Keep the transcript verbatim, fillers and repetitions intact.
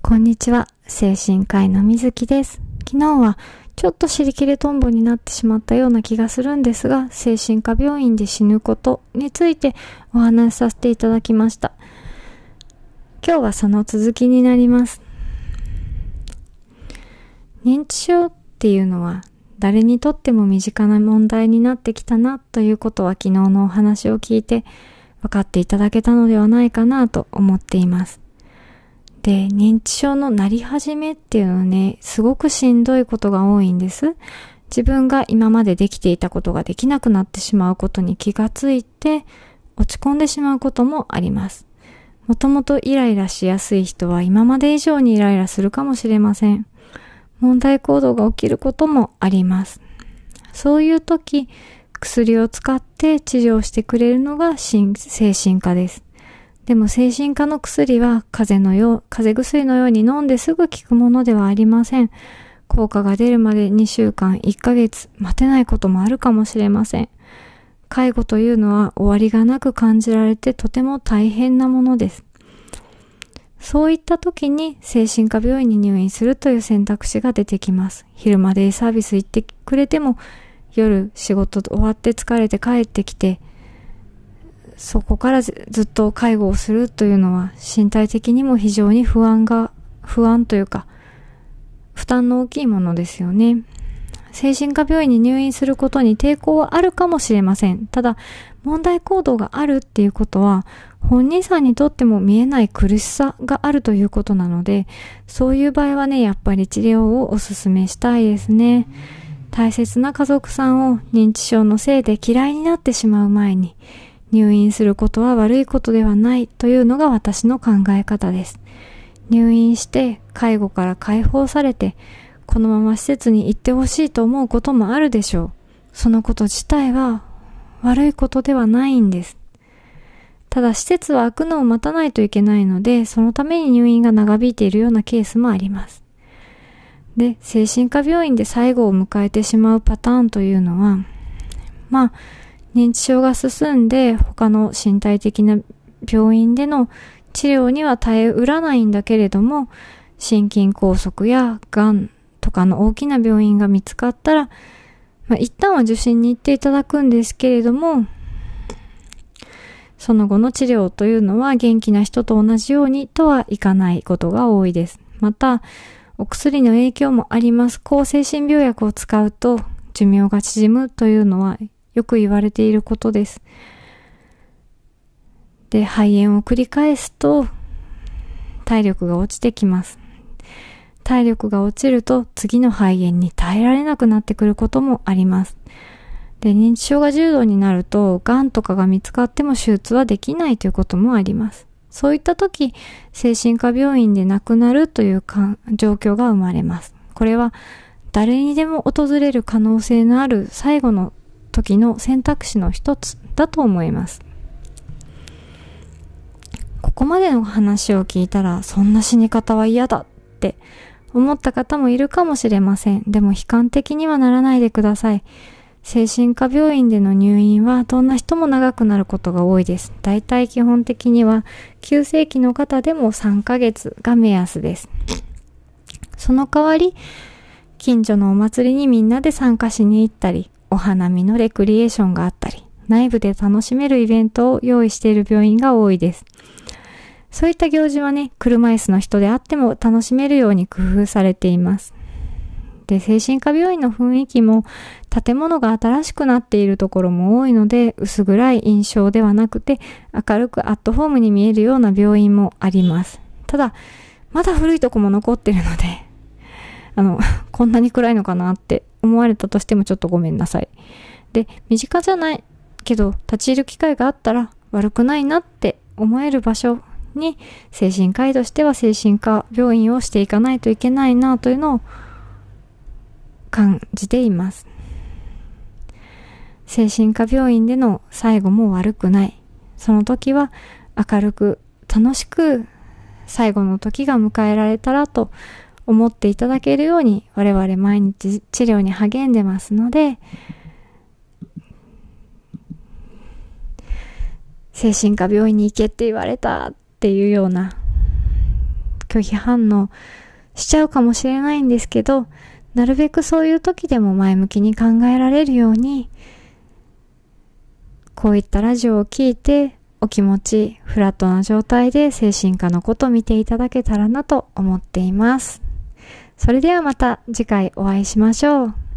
こんにちは、精神科医のみずきです。昨日はちょっと尻切れトンボになってしまったような気がするんですが、精神科病院で死ぬことについてお話しさせていただきました。今日はその続きになります。認知症っていうのは誰にとっても身近な問題になってきたなということは昨日のお話を聞いて分かっていただけたのではないかなと思っています。で、認知症のなり始めっていうのはね、すごくしんどいことが多いんです。自分が今までできていたことができなくなってしまうことに気がついて落ち込んでしまうこともあります。もともとイライラしやすい人は今まで以上にイライラするかもしれません。問題行動が起きることもあります。そういう時、薬を使って治療してくれるのが精神科です。でも精神科の薬は風邪のよう、風邪薬のように飲んですぐ効くものではありません。効果が出るまでにしゅうかん、いっかげつ待てないこともあるかもしれません。介護というのは終わりがなく感じられてとても大変なものです。そういった時に精神科病院に入院するという選択肢が出てきます。昼間デイサービス行ってくれても、夜仕事終わって疲れて帰ってきて、そこからずっと介護をするというのは身体的にも非常に不安が、不安というか、負担の大きいものですよね。精神科病院に入院することに抵抗はあるかもしれません。ただ、問題行動があるっていうことは、本人さんにとっても見えない苦しさがあるということなので、そういう場合はね、やっぱり治療をお勧めしたいですね。大切な家族さんを認知症のせいで嫌いになってしまう前に、入院することは悪いことではないというのが私の考え方です。入院して介護から解放されて、このまま施設に行ってほしいと思うこともあるでしょう。そのこと自体は悪いことではないんです。ただ施設は開くのを待たないといけないので、そのために入院が長引いているようなケースもあります。で、精神科病院で最後を迎えてしまうパターンというのは、まあ、認知症が進んで他の身体的な病院での治療には耐えうらないんだけれども、心筋梗塞やがんとかの大きな病院が見つかったら、まあ、一旦は受診に行っていただくんですけれども、その後の治療というのは元気な人と同じようにとはいかないことが多いです。また、お薬の影響もあります。抗精神病薬を使うと寿命が縮むというのはよく言われていることです。で、肺炎を繰り返すと体力が落ちてきます。体力が落ちると次の肺炎に耐えられなくなってくることもあります。で、認知症が重度になると、がんとかが見つかっても手術はできないということもあります。そういった時、精神科病院で亡くなるというか状況が生まれます。これは誰にでも訪れる可能性のある最後の時の選択肢の一つだと思います。ここまでの話を聞いたら、そんな死に方は嫌だって思った方もいるかもしれません。でも悲観的にはならないでください。精神科病院での入院はどんな人も長くなることが多いです。だいたい基本的には急性期の方でもさんかげつが目安です。その代わり、近所のお祭りにみんなで参加しに行ったり、お花見のレクリエーションがあったり、内部で楽しめるイベントを用意している病院が多いです。そういった行事はね、車椅子の人であっても楽しめるように工夫されています。で、精神科病院の雰囲気も建物が新しくなっているところも多いので、薄暗い印象ではなくて明るくアットホームに見えるような病院もあります。ただ、まだ古いとこも残っているので、あの、こんなに暗いのかなって思われたとしてもちょっとごめんなさい。で、身近じゃないけど立ち入る機会があったら悪くないなって思える場所に精神科医としては精神科病院をしていかないといけないなというのを感じています。精神科病院での最後も悪くない。その時は明るく楽しく最後の時が迎えられたらと思っていただけるように我々毎日治療に励んでますので、精神科病院に行けって言われたっていうような拒否反応しちゃうかもしれないんですけど、なるべくそういう時でも前向きに考えられるように、こういったラジオを聞いてお気持ちフラットな状態で精神科のことを見ていただけたらなと思っています。それではまた次回お会いしましょう。